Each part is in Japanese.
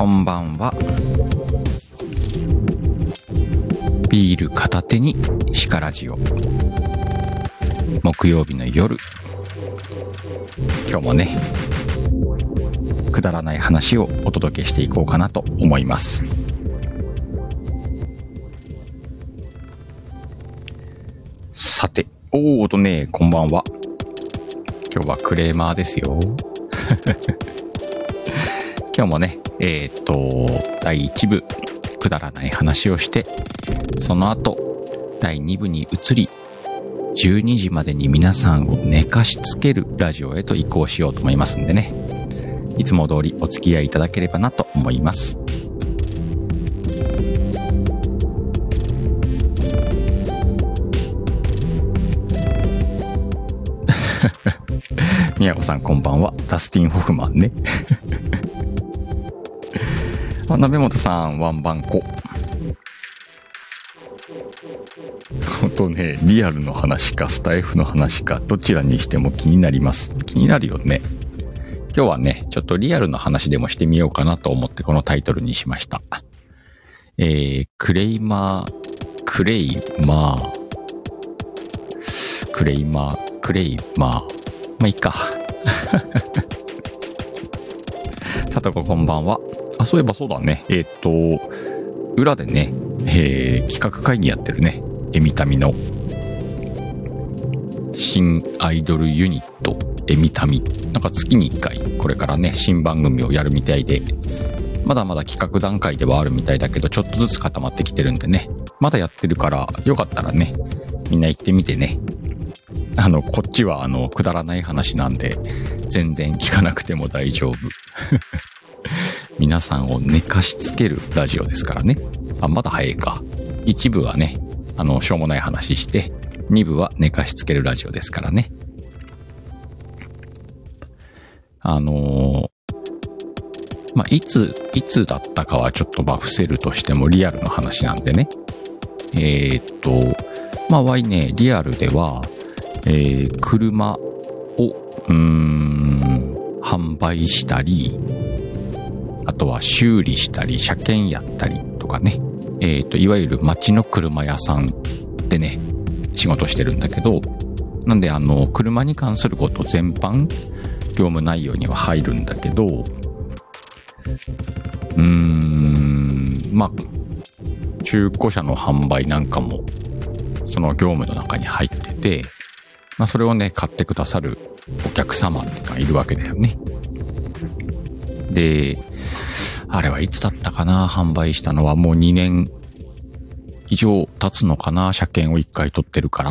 んばんは。ビール片手にシカラジオ、木曜日の夜、今日もねくだらない話をお届けしていこうかなと思います。さて、こんばんは。今日はクレーマーですよ。今日もね、第1部くだらない話をして、その後第2部に移り、12時までに皆さんを寝かしつけるラジオへと移行しようと思いますんでね、いつも通りお付き合いいただければなと思います。宮子さんこんばんは。ダスティン・ホフマンね。鍋本さんワンバンコ。ほんとね、リアルの話かスタイフの話かどちらにしても気になります。気になるよね。今日はねちょっとリアルの話でもしてみようかなと思ってこのタイトルにしました。クレイマーまあいいか。さとここんばんは。そういえばそうだね。裏でね、企画会議やってるね。エミタミの新アイドルユニットエミタミ。なんか月に1回これからね新番組をやるみたいで、まだまだ企画段階ではあるみたいだけど、ちょっとずつ固まってきてるんでね、まだやってるからよかったらねみんな行ってみてね。こっちはくだらない話なんで全然聞かなくても大丈夫。皆さんを寝かしつけるラジオですからね。まだ早いか。一部はねしょうもない話して、二部は寝かしつけるラジオですからね。いつだったかはちょっと伏せるとしてもリアルの話なんでね。ワイね、リアルでは、車を販売したり、あとは修理したり車検やったりとかね、いわゆる街の車屋さんでね仕事してるんだけど、なんで車に関すること全般業務内容には入るんだけど、中古車の販売なんかもその業務の中に入ってて、それをね買ってくださるお客様っていうのがいるわけだよね。で、あれはいつだったかな、販売したのはもう2年以上経つのかな、車検を1回取ってるから。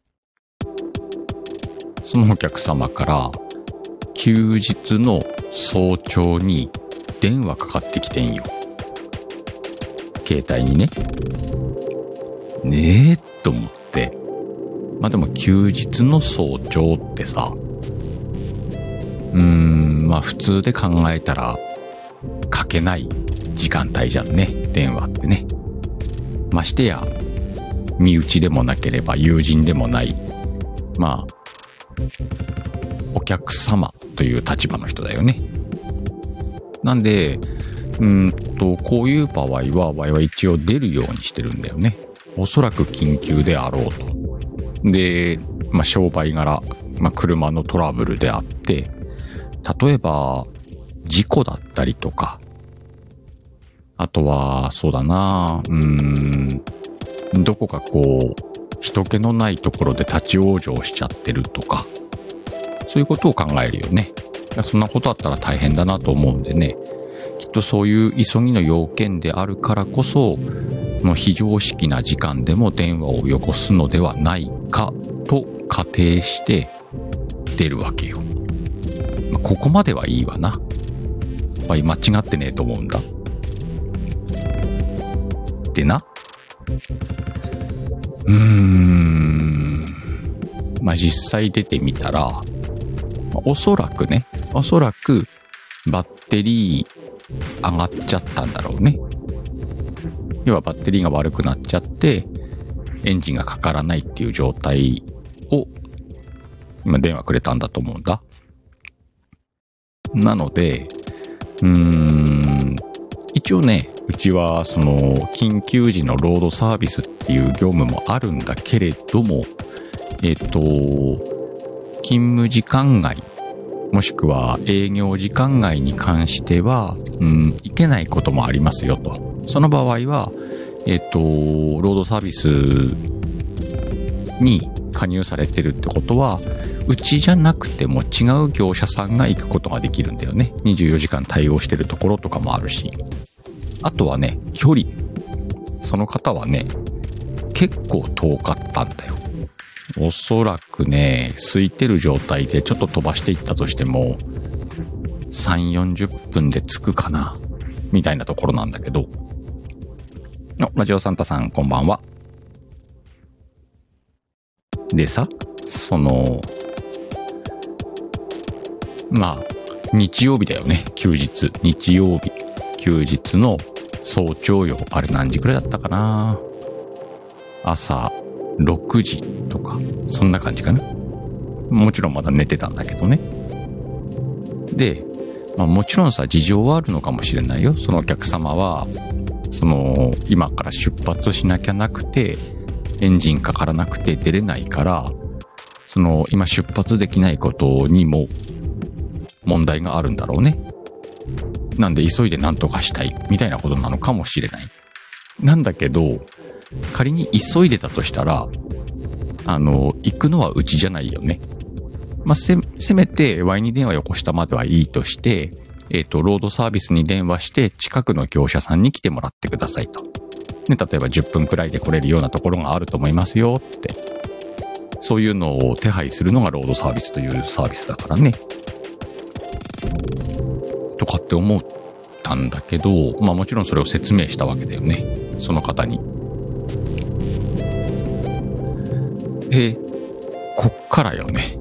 そのお客様から休日の早朝に電話かかってきてんよ、携帯にね。ねえと思って、でも休日の早朝ってさ、普通で考えたらかけない時間帯じゃんね、電話ってね。ましてや身内でもなければ友人でもない、お客様という立場の人だよね。なんでこういう場合は一応出るようにしてるんだよね。おそらく緊急であろうと。で、商売柄、車のトラブルであって、例えば事故だったりとか、あとはそうだな、どこか人気のないところで立ち往生しちゃってるとか、そういうことを考えるよね。そんなことあったら大変だなと思うんでね、きっとそういう急ぎの要件であるからこそ非常識な時間でも電話をよこすのではないかと仮定して出るわけよ。ここまではいいわな。間違ってねえと思うんだ。でな、実際出てみたら、おそらくバッテリー上がっちゃったんだろうね。要はバッテリーが悪くなっちゃってエンジンがかからないっていう状態を今電話くれたんだと思うんだ。なので一応ね、うちはその緊急時のロードサービスっていう業務もあるんだけれども、勤務時間外もしくは営業時間外に関しては、いけないこともありますよと。その場合は、ロードサービスに加入されてるってことは、うちじゃなくても違う業者さんが行くことができるんだよね。24時間対応してるところとかもあるし。あとはね、距離。その方はね、結構遠かったんだよ。おそらくね、空いてる状態でちょっと飛ばしていったとしても、3、40分で着くかな、みたいなところなんだけど。ラジオサンタさん、こんばんは。でさ、日曜日だよね、休日。日曜日。休日の早朝よ。あれ何時くらいだったかな。朝6時とか、そんな感じかな。もちろんまだ寝てたんだけどね。で、もちろんさ、事情はあるのかもしれないよ。そのお客様は、今から出発しなきゃなくて、エンジンかからなくて出れないから、今出発できないことにも問題があるんだろうね。なんで急いで何とかしたいみたいなことなのかもしれない。なんだけど、仮に急いでたとしたら、行くのはうちじゃないよね。せめて Y に電話よこしたまではいいとして、ロードサービスに電話して近くの業者さんに来てもらってくださいと。ね、例えば10分くらいで来れるようなところがあると思いますよって。そういうのを手配するのがロードサービスというサービスだからね。とかって思ったんだけど、もちろんそれを説明したわけだよね。その方に。こっからよね。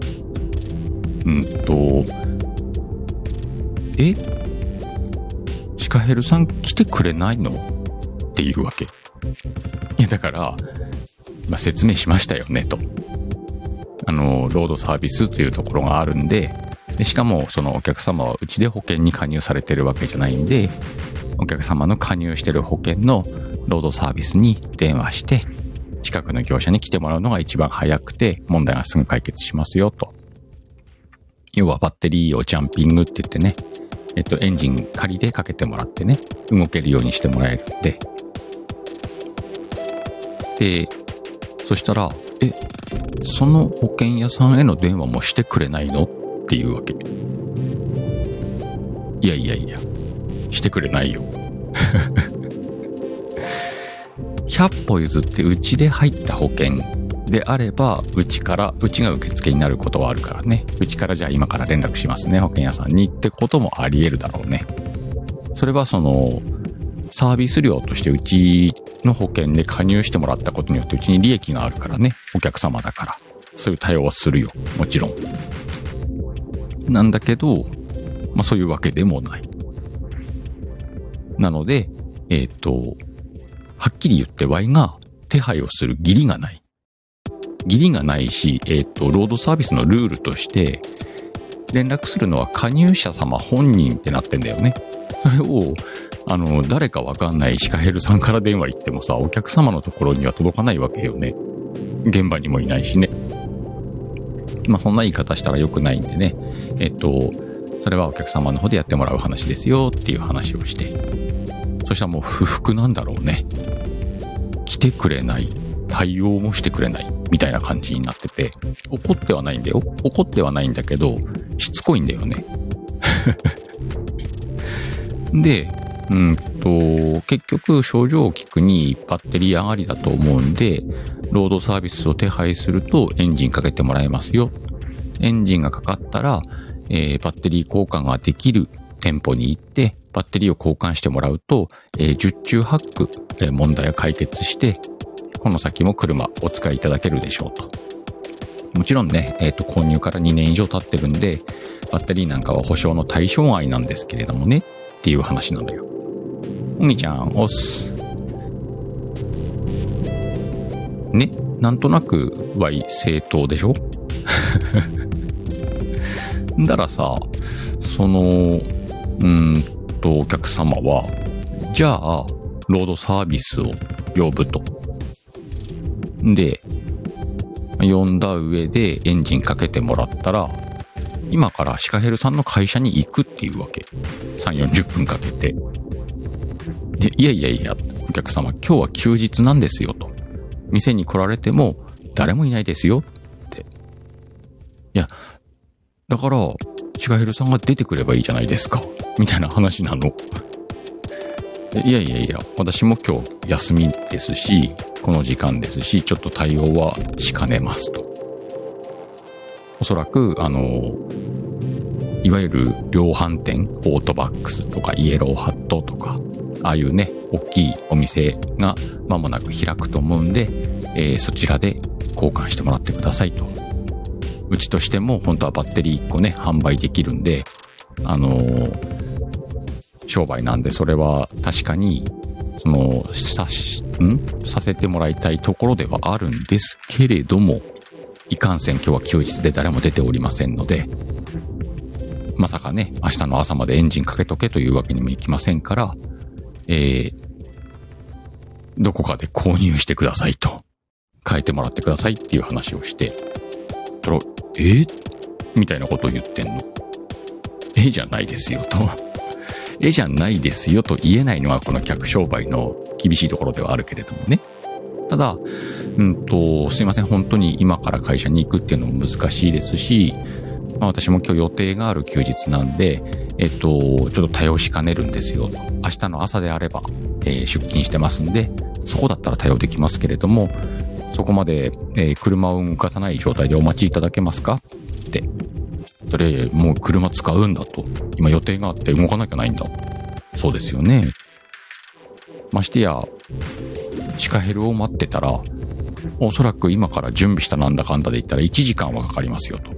シカヘルさん来てくれないのっていうわけ。いやだから、説明しましたよねと。ロードサービスというところがあるんで、しかもそのお客様はうちで保険に加入されてるわけじゃないんで、お客様の加入してる保険のロードサービスに電話して近くの業者に来てもらうのが一番早くて問題がすぐ解決しますよと。要はバッテリーをジャンピングって言ってね、エンジン仮でかけてもらってね、動けるようにしてもらえるんで。で、そしたら、その保険屋さんへの電話もしてくれないのっていうわけ。いや、してくれないよ。100歩譲ってうちで入った保険であれば、うちが受付になることはあるからね。うちからじゃあ今から連絡しますね、保険屋さんにってこともあり得るだろうね。それはサービス料としてうちの保険で加入してもらったことによってうちに利益があるからね。お客様だから。そういう対応はするよ。もちろん。なんだけど、そういうわけでもない。なので、はっきり言って Y が手配をする義理がない。義理がないし、ロードサービスのルールとして、連絡するのは加入者様本人ってなってんだよね。それを、誰かわかんないシカヘルさんから電話行ってもさ、お客様のところには届かないわけよね。現場にもいないしね。そんな言い方したら良くないんでね。それはお客様の方でやってもらう話ですよっていう話をして。そしたらもう不服なんだろうね。来てくれない。対応もしてくれない。みたいな感じになってて。怒ってはないんだよ。怒ってはないんだけど、しつこいんだよね。で、結局症状を聞くにバッテリー上がりだと思うんで、ロードサービスを手配するとエンジンかけてもらえますよ。エンジンがかかったら、バッテリー交換ができる店舗に行ってバッテリーを交換してもらうと、十中八九、問題を解決してこの先も車お使いいただけるでしょうと。もちろんね、購入から2年以上経ってるんでバッテリーなんかは保証の対象外なんですけれどもねっていう話なのよ。おみちゃんおすね、なんとなく Y 正当でしょ。だからさ、お客様はじゃあ、ロードサービスを呼ぶと。で、呼んだ上でエンジンかけてもらったら、今からシカヘルさんの会社に行くっていうわけ。3、40分かけて。で、いや、お客様、今日は休日なんですよと。店に来られても誰もいないですよって。いや、だから、シカヘルさんが出てくればいいじゃないですか。みたいな話なの。いや、私も今日休みですし、この時間ですし、ちょっと対応はしかねますと。おそらく、いわゆる量販店、オートバックスとかイエローハットとか、ああいうね、大きいお店が間もなく開くと思うんで、そちらで交換してもらってくださいと。うちとしても本当はバッテリー1個ね、販売できるんで、商売なんでそれは確かに、させてもらいたいところではあるんですけれども、いかんせん今日は休日で誰も出ておりませんので、まさかね、明日の朝までエンジンかけとけというわけにもいきませんから、どこかで購入してくださいと。変えてもらってくださいっていう話をして、みたいなことを言ってんの。じゃないですよと。じゃないですよと言えないのはこの客商売の厳しいところではあるけれどもね。ただ、すいません、本当に今から会社に行くっていうのも難しいですし、私も今日予定がある休日なんで、ちょっと対応しかねるんですよ。明日の朝であれば、出勤してますんで、そこだったら対応できますけれども、そこまで、車を動かさない状態でお待ちいただけますかって。それ、もう車使うんだと。今予定があって動かなきゃないんだ。そうですよね。ましてや、シカヘルを待ってたら、おそらく今から準備したなんだかんだで言ったら1時間はかかりますよ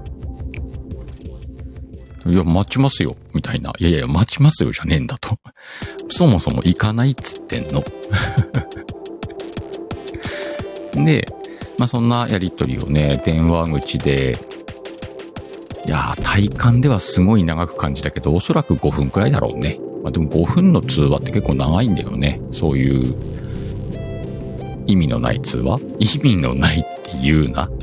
と。いや、待ちますよ。みたいな。いや、待ちますよじゃねえんだと。そもそも行かないっつってんの。で、そんなやりとりをね、電話口で、いやー、体感ではすごい長く感じたけど、おそらく5分くらいだろうね。でも5分の通話って結構長いんだよね。そういう意味のない通話？意味のないって言うな。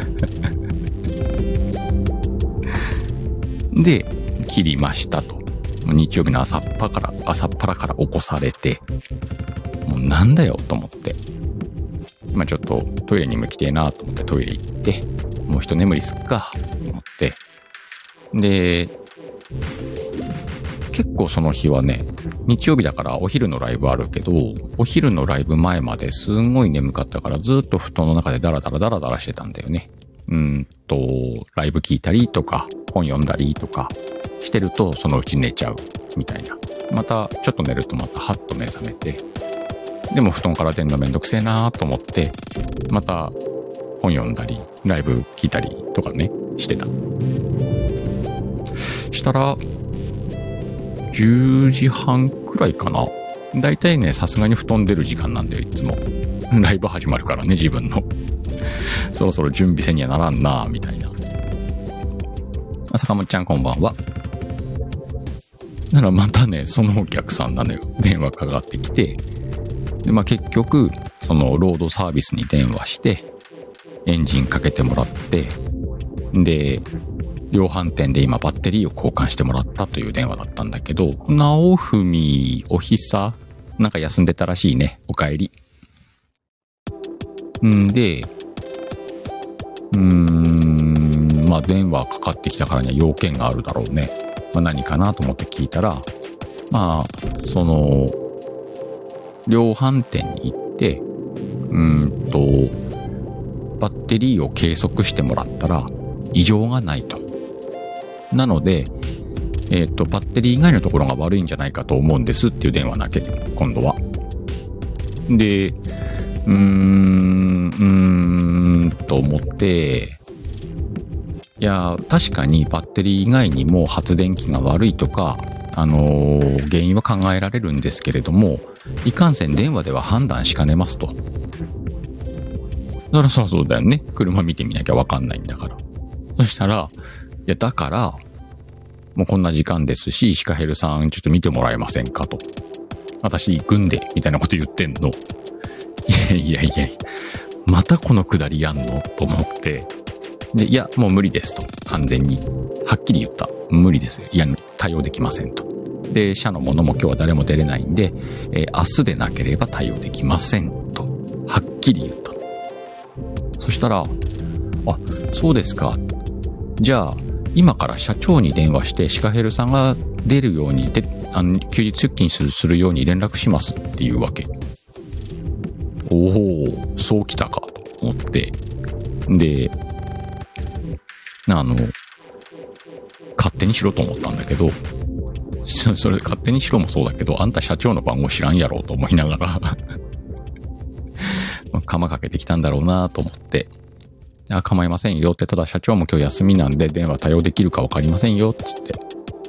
で、切りましたと。日曜日の朝っぱらから起こされて、もうなんだよと思って。ちょっとトイレにも来てえなと思ってトイレ行って、もう一眠りすっかと思って。で、結構その日はね、日曜日だからお昼のライブあるけど、お昼のライブ前まですんごい眠かったからずっと布団の中でダラダラしてたんだよね。ライブ聞いたりとか、本読んだりとかしてるとそのうち寝ちゃうみたいな。またちょっと寝るとまたハッと目覚めて、でも布団から出るのめんどくせえなと思って、また本読んだり、ライブ聞いたりとかね、してた。したら、10時半くらいかな。だいたいね、さすがに布団出る時間なんだよ、いつも。ライブ始まるからね、自分の。そろそろ準備せにはならんなみたいな。坂本ちゃんこんばんは。ならまたね、そのお客さんなのよ。電話かかってきて。で、結局、そのロードサービスに電話して、エンジンかけてもらって、で、量販店で今バッテリーを交換してもらったという電話だったんだけど、直文、おひさ、なんか休んでたらしいね。お帰り。で、電話かかってきたからには要件があるだろうね。何かなと思って聞いたら、その、量販店に行って、バッテリーを計測してもらったら異常がないと。なので、バッテリー以外のところが悪いんじゃないかと思うんですっていう電話なけ、今度は。で、と思って、いや、確かにバッテリー以外にも発電機が悪いとか、原因は考えられるんですけれども、いかんせん電話では判断しかねますと。そりゃそうだよね。車見てみなきゃわかんないんだから。そしたら、いや、だから、もうこんな時間ですし、シカヘルさんちょっと見てもらえませんかと。 私行くんで、みたいなこと言ってんの。いや、またこのくだりやんのと思って。で、いや、もう無理ですと。完全に。はっきり言った。無理ですよ。いや、対応できませんと。で、社の者も今日は誰も出れないんで、明日でなければ対応できませんと。はっきり言った。そしたら、あ、そうですか。じゃあ、今から社長に電話して、シカヘルさんが出るように、休日出勤するように連絡しますっていうわけ。おお、そうきたかと思って。で、勝手にしろと思ったんだけど、それ勝手にしろもそうだけど、あんた社長の番号知らんやろうと思いながら、釜かけてきたんだろうなと思って、構いませんよって、ただ社長も今日休みなんで電話対応できるかわかりませんよっつって。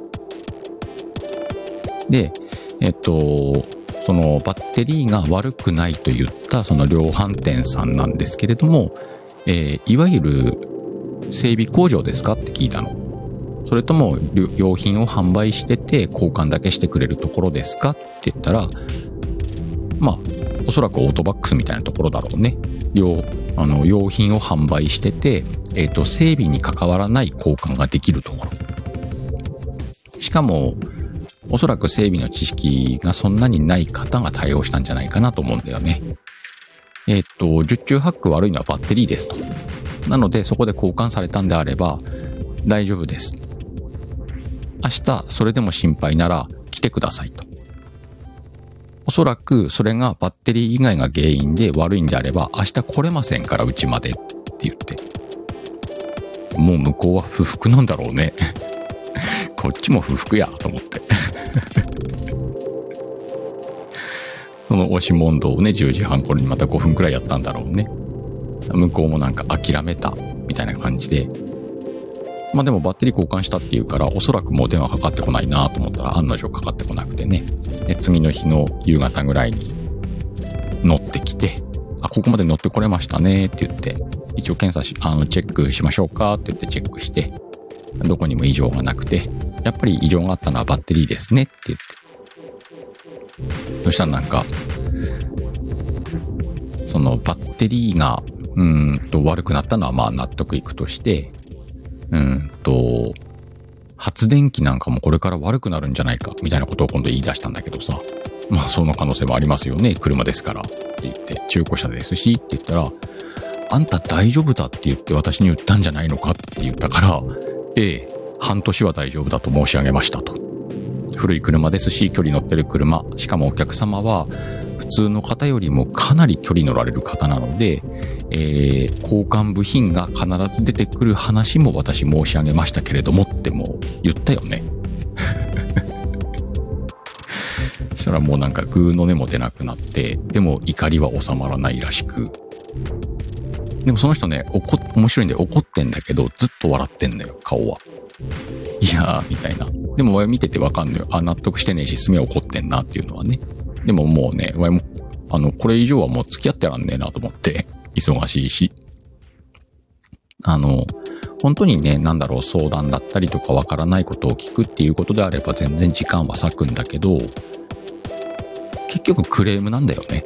で、そのバッテリーが悪くないと言ったその量販店さんなんですけれども、いわゆる整備工場ですかって聞いたの。それとも用品を販売してて交換だけしてくれるところですかって言ったら、まあおそらくオートバックスみたいなところだろうね。用品を販売してて、整備に関わらない交換ができるところ。しかもおそらく整備の知識がそんなにない方が対応したんじゃないかなと思うんだよね。十中八九悪いのはバッテリーですと。なのでそこで交換されたんであれば大丈夫です。明日それでも心配なら来てくださいと。おそらくそれがバッテリー以外が原因で悪いんであれば明日来れませんからうちまでって言って。もう向こうは不服なんだろうね。こっちも不服やと思って。その押し問答をね、10時半頃にまた5分くらいやったんだろうね。向こうもなんか諦めたみたいな感じで。まあでもバッテリー交換したっていうから、おそらくもう電話かかってこないなと思ったら案の定かかってこなくてね。で、次の日の夕方ぐらいに乗ってきて、ここまで乗ってこれましたねって言って、一応チェックしましょうかって言ってチェックして、どこにも異常がなくて、やっぱり異常があったのはバッテリーですねって言って。そしたらなんか、そのバッテリーが、悪くなったのはまあ納得いくとして、発電機なんかもこれから悪くなるんじゃないかみたいなことを今度言い出したんだけどさ、まあその可能性もありますよね、車ですからって言って、中古車ですしって言ったら、あんた大丈夫だって言って私に言ったんじゃないのかって言ったから、半年は大丈夫だと申し上げましたと。古い車ですし、距離乗ってる車、しかもお客様は普通の方よりもかなり距離乗られる方なので、交換部品が必ず出てくる話も私申し上げましたけれどもってもう言ったよね。そしたらもうなんかグーの音も出なくなって、でも怒りは収まらないらしく。でもその人ね、面白いんで怒ってんだけど、ずっと笑ってんのよ、顔は。いやー、みたいな。でも、見ててわかんのよ。納得してねえし、すげえ怒ってんなっていうのはね。でももうね、もこれ以上はもう付き合ってらんねえなと思って、忙しいし。本当にね、相談だったりとかわからないことを聞くっていうことであれば全然時間は割くんだけど、結局クレームなんだよね。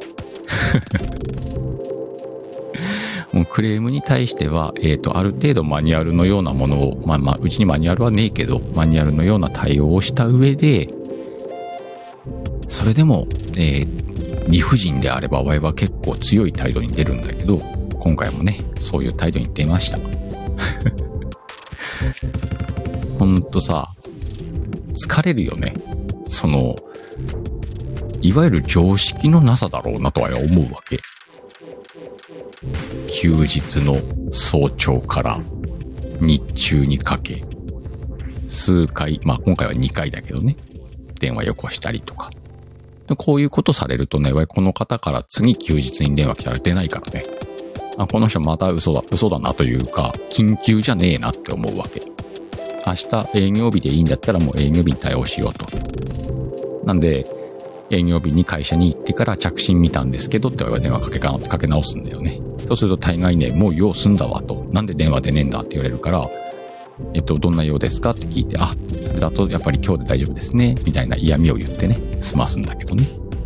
もうクレームに対しては、ある程度マニュアルのようなものを、うちにマニュアルはねえけど、マニュアルのような対応をした上で、それでも、理不尽であれば、我々は結構強い態度に出るんだけど、今回もね、そういう態度に出ました。ほんとさ、疲れるよね。いわゆる常識のなさだろうなとは思うわけ。休日の早朝から日中にかけ、数回、今回は2回だけどね、電話よこしたりとか。こういうことされるとね、この方から次休日に電話来たら出ないからね。この人また嘘だなというか、緊急じゃねえなって思うわけ。明日営業日でいいんだったらもう営業日に対応しようと。なんで、営業日に会社に行ってから着信見たんですけどって電話かけ直すんだよね。そうすると大概ね、もう用済んだわと。なんで電話出ねえんだって言われるから、どんな用ですかって聞いて、それだとやっぱり今日で大丈夫ですね。みたいな嫌味を言ってね、済ますんだけどね。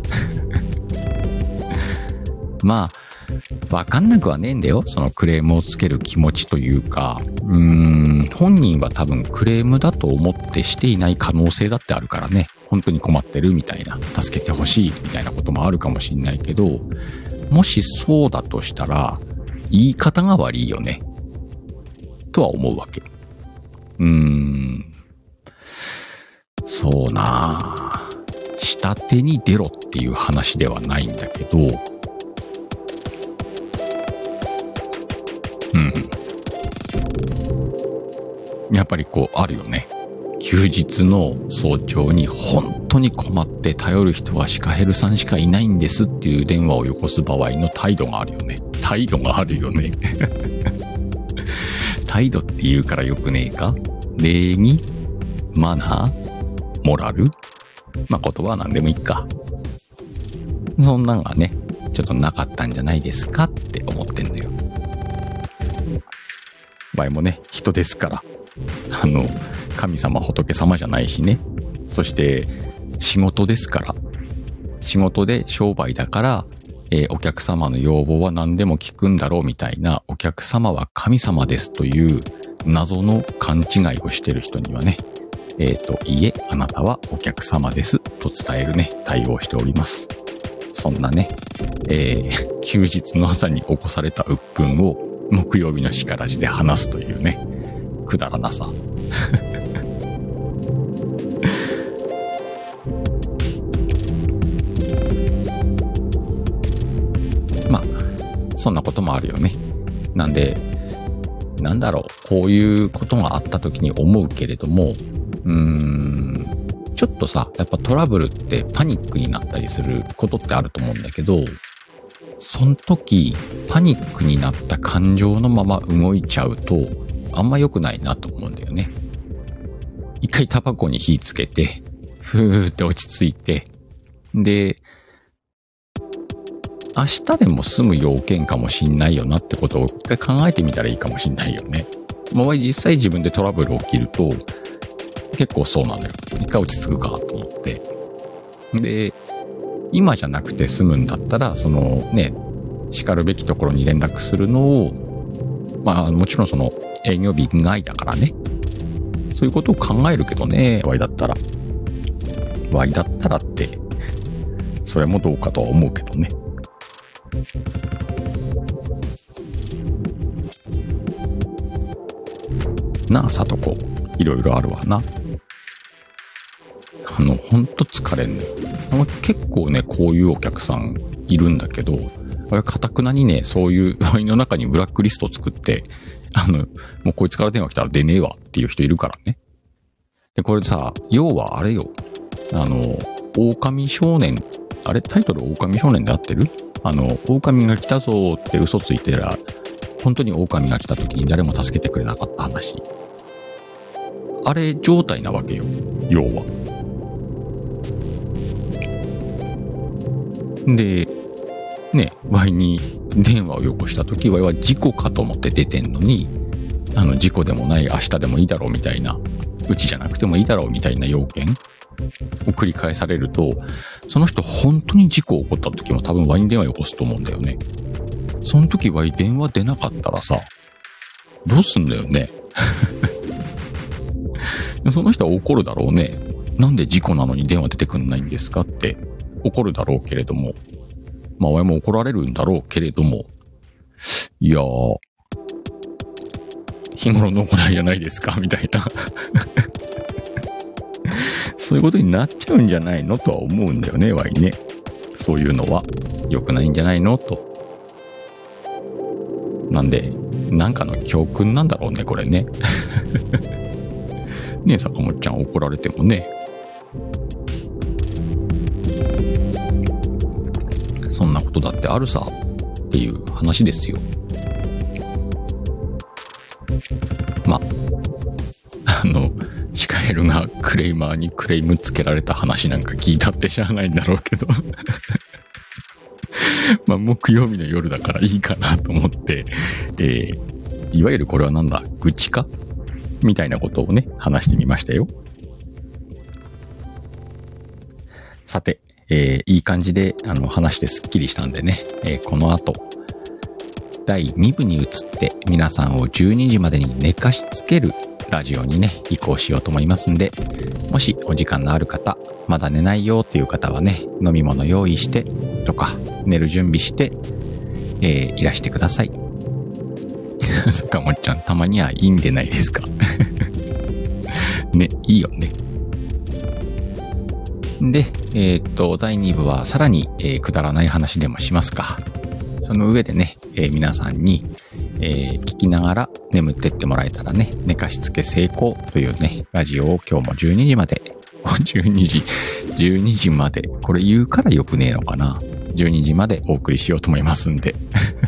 まあ、わかんなくはねえんだよ。そのクレームをつける気持ちというか、本人は多分クレームだと思ってしていない可能性だってあるからね。本当に困ってるみたいな、助けてほしいみたいなこともあるかもしんないけど、もしそうだとしたら、言い方が悪いよね。とは思うわけ。そうなあ。下手に出ろっていう話ではないんだけど、やっぱりこうあるよね。休日の早朝に本当に困って頼る人はシカヘルさんしかいないんですっていう電話をよこす場合の態度があるよね。態度があるよね。態度って言うからよくねえか？礼儀？マナー？モラル？まあ言葉は何でもいいか。そんなんがね、ちょっとなかったんじゃないですかって思ってんのよ。場合もね、人ですから。神様仏様じゃないしね。そして仕事ですから。仕事で商売だから、お客様の要望は何でも聞くんだろうみたいな、お客様は神様ですという謎の勘違いをしてる人にはね、いいえ、あなたはお客様ですと伝えるね、対応をしております。そんなね、休日の朝に起こされた鬱憤を木曜日のしからじで話すというね、くだらなさ。まあ、そんなこともあるよね。なんで、なんだろう、こういうことがあった時に思うけれども、ちょっとさ、やっぱトラブルってパニックになったりすることってあると思うんだけど、その時、パニックになった感情のまま動いちゃうと、あんま良くないなと思うんだよね。一回タバコに火つけて、ふーって落ち着いて、で、明日でも済む要件かもしんないよなってことを一回考えてみたらいいかもしんないよね。実際自分でトラブル起きると、結構そうなのよ。一回落ち着くかと思って。で、今じゃなくて済むんだったら、そのね、叱るべきところに連絡するのを、まあもちろんその営業日外だからね。そういうことを考えるけどね、ワイだったら。ワイだったらって、それもどうかとは思うけどね。なあ、さとこ、いろいろあるわな。ほんと疲れんね。結構ね、こういうお客さんいるんだけど、かたくなにね、そういうワインの中にブラックリストを作って、もうこいつから電話来たら出ねえわっていう人いるからね。で、これさ、要はあれよ。狼少年、あれタイトル狼少年で合ってる？狼が来たぞって嘘ついてら、本当に狼が来た時に誰も助けてくれなかった話。あれ状態なわけよ。要は。で、ね、ワイに電話をよこした時、ワイは事故かと思って出てんのに、事故でもない明日でもいいだろうみたいな、うちじゃなくてもいいだろうみたいな要件を繰り返されると、その人本当に事故起こった時も多分ワイに電話よこすと思うんだよね。その時ワイ電話出なかったらさ、どうすんだよね。その人は怒るだろうね。なんで事故なのに電話出てくんないんですかって怒るだろうけれども、まあ、親も怒られるんだろうけれども、いやー、日頃の行いじゃないですかみたいな。そういうことになっちゃうんじゃないのとは思うんだよね、ワイね。そういうのは良くないんじゃないのと。なんで、なんかの教訓なんだろうね、これね。ねえ、坂本ちゃん怒られてもね。そんなことだってあるさっていう話ですよ。まあ、シカエルがクレイマーにクレームつけられた話なんか聞いたって知らないんだろうけど。まあ、木曜日の夜だからいいかなと思って、いわゆるこれはなんだ、愚痴かみたいなことをね、話してみましたよ。さて、 いい感じで話してスッキリしたんでね、この後第2部に移って皆さんを12時までに寝かしつけるラジオにね移行しようと思いますんで、もしお時間のある方、まだ寝ないよっていう方はね、飲み物用意してとか寝る準備して、いらしてください。坂本ちゃん、たまにはいいんでないですか。ね、いいよね。で、第2部はさらに、くだらない話でもしますか。その上でね、皆さんに、聞きながら眠ってってもらえたらね、寝かしつけ成功というね、ラジオを今日も12時まで、12時まで、これ言うからよくねえのかな。12時までお送りしようと思いますんで。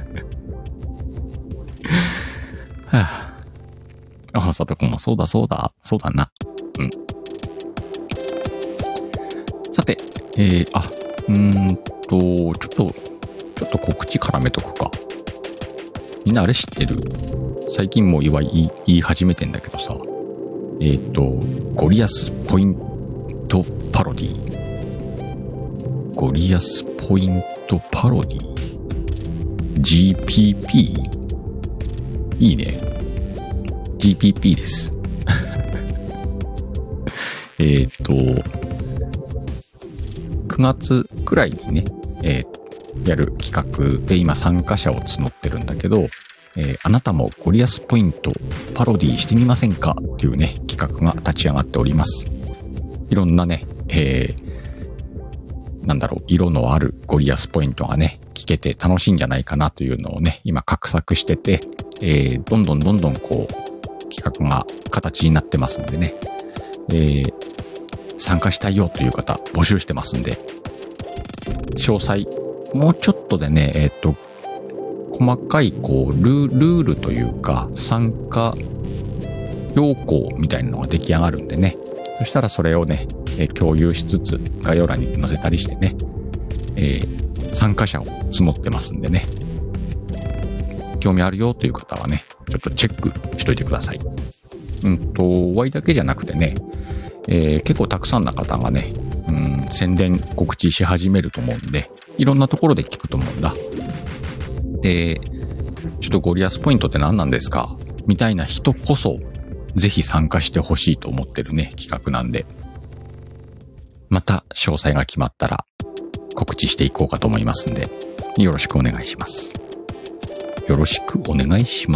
はあ、佐藤くんもそうだな。うん。さて、ちょっと告知絡めとくか。みんなあれ知ってる？最近もう言い始めてんだけどさ。ゴリアスポイントパロディ。ゴリアスポイントパロディ。GPP？ いいね。GPP です。9月くらいにね、やる企画で今参加者を募ってるんだけど、あなたもゴリアスポイントパロディしてみませんかっていうね、企画が立ち上がっております。いろんなね、色のあるゴリアスポイントがね、聞けて楽しいんじゃないかなというのをね、今画策してて、どんどんこう、企画が形になってますんでね、参加したいよという方募集してますんで、詳細、もうちょっとでね、細かいこうルールというか参加要項みたいなのが出来上がるんでね、そしたらそれをね、共有しつつ概要欄に載せたりしてね、参加者を募ってますんでね、興味あるよという方はね、ちょっとチェックしといてください。ワイだけじゃなくてね、結構たくさんの方がね、宣伝告知し始めると思うんで、いろんなところで聞くと思うんだ。で、ちょっとゴリアスポイントって何なんですかみたいな人こそ、ぜひ参加してほしいと思ってるね、企画なんで。また、詳細が決まったら、告知していこうかと思いますんで、よろしくお願いします。よろしくお願いします。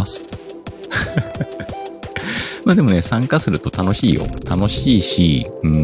まあでもね、参加すると楽しいよ。楽しいし、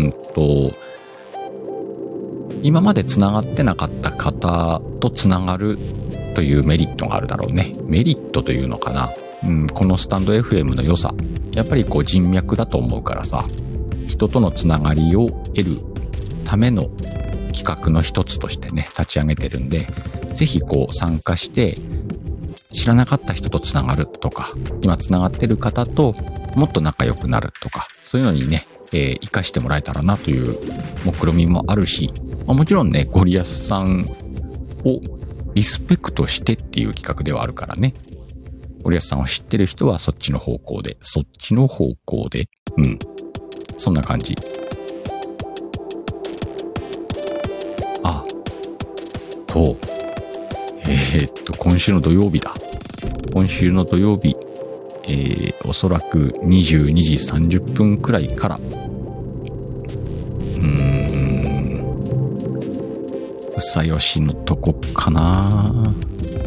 今まで繋がってなかった方と繋がるというメリットがあるだろうね。メリットというのかな。このスタンド FM の良さ。やっぱりこう人脈だと思うからさ、人との繋がりを得るための企画の一つとしてね、立ち上げてるんで、ぜひこう参加して、知らなかった人と繋がるとか、今繋がってる方ともっと仲良くなるとか、そういうのにね、活かしてもらえたらなという目論みもあるし、もちろんね、ゴリアスさんをリスペクトしてっていう企画ではあるからね。ゴリアスさんを知ってる人はそっちの方向で、そんな感じ。今週の土曜日だ。今週の土曜日、おそらく22時30分くらいから、うさよしのとこかな。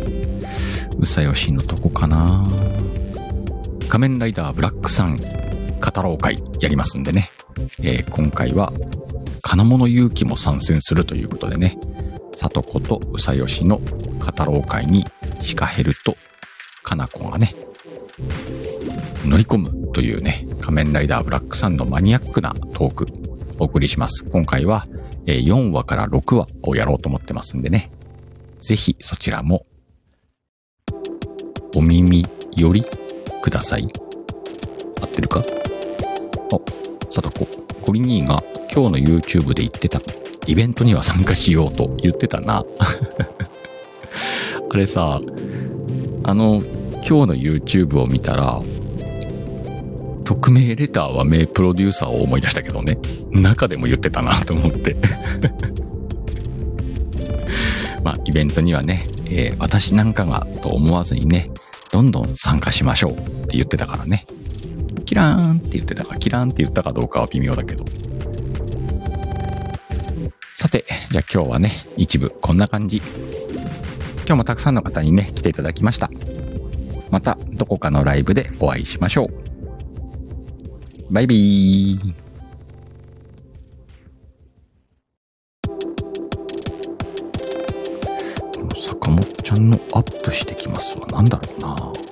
仮面ライダーブラックさん語ろう会やりますんでね。今回は金物勇気も参戦するということでね、里子とうさよしの語ろう会にシカヘルとかなこがね、乗り込むというね、仮面ライダーブラックさんのマニアックなトークお送りします。今回は4話から6話をやろうと思ってますんでね、ぜひそちらもお耳寄りください。合ってるか？里子、ゴリ兄が今日の YouTube で言ってたイベントには参加しようと言ってたな。あれさ、今日の YouTube を見たら、匿名レターは名プロデューサーを思い出したけどね。中でも言ってたなと思って。 イベントにはね、私なんかがと思わずにね、どんどん参加しましょうって言ってたからね。キラーンって言ってたから、キラーンって言ったかどうかは微妙だけど。さて、じゃあ今日はね、一部こんな感じ。今日もたくさんの方にね、来ていただきました。またどこかのライブでお会いしましょう。バイビー。坂本ちゃんのアップしてきますわ。なんだろうな。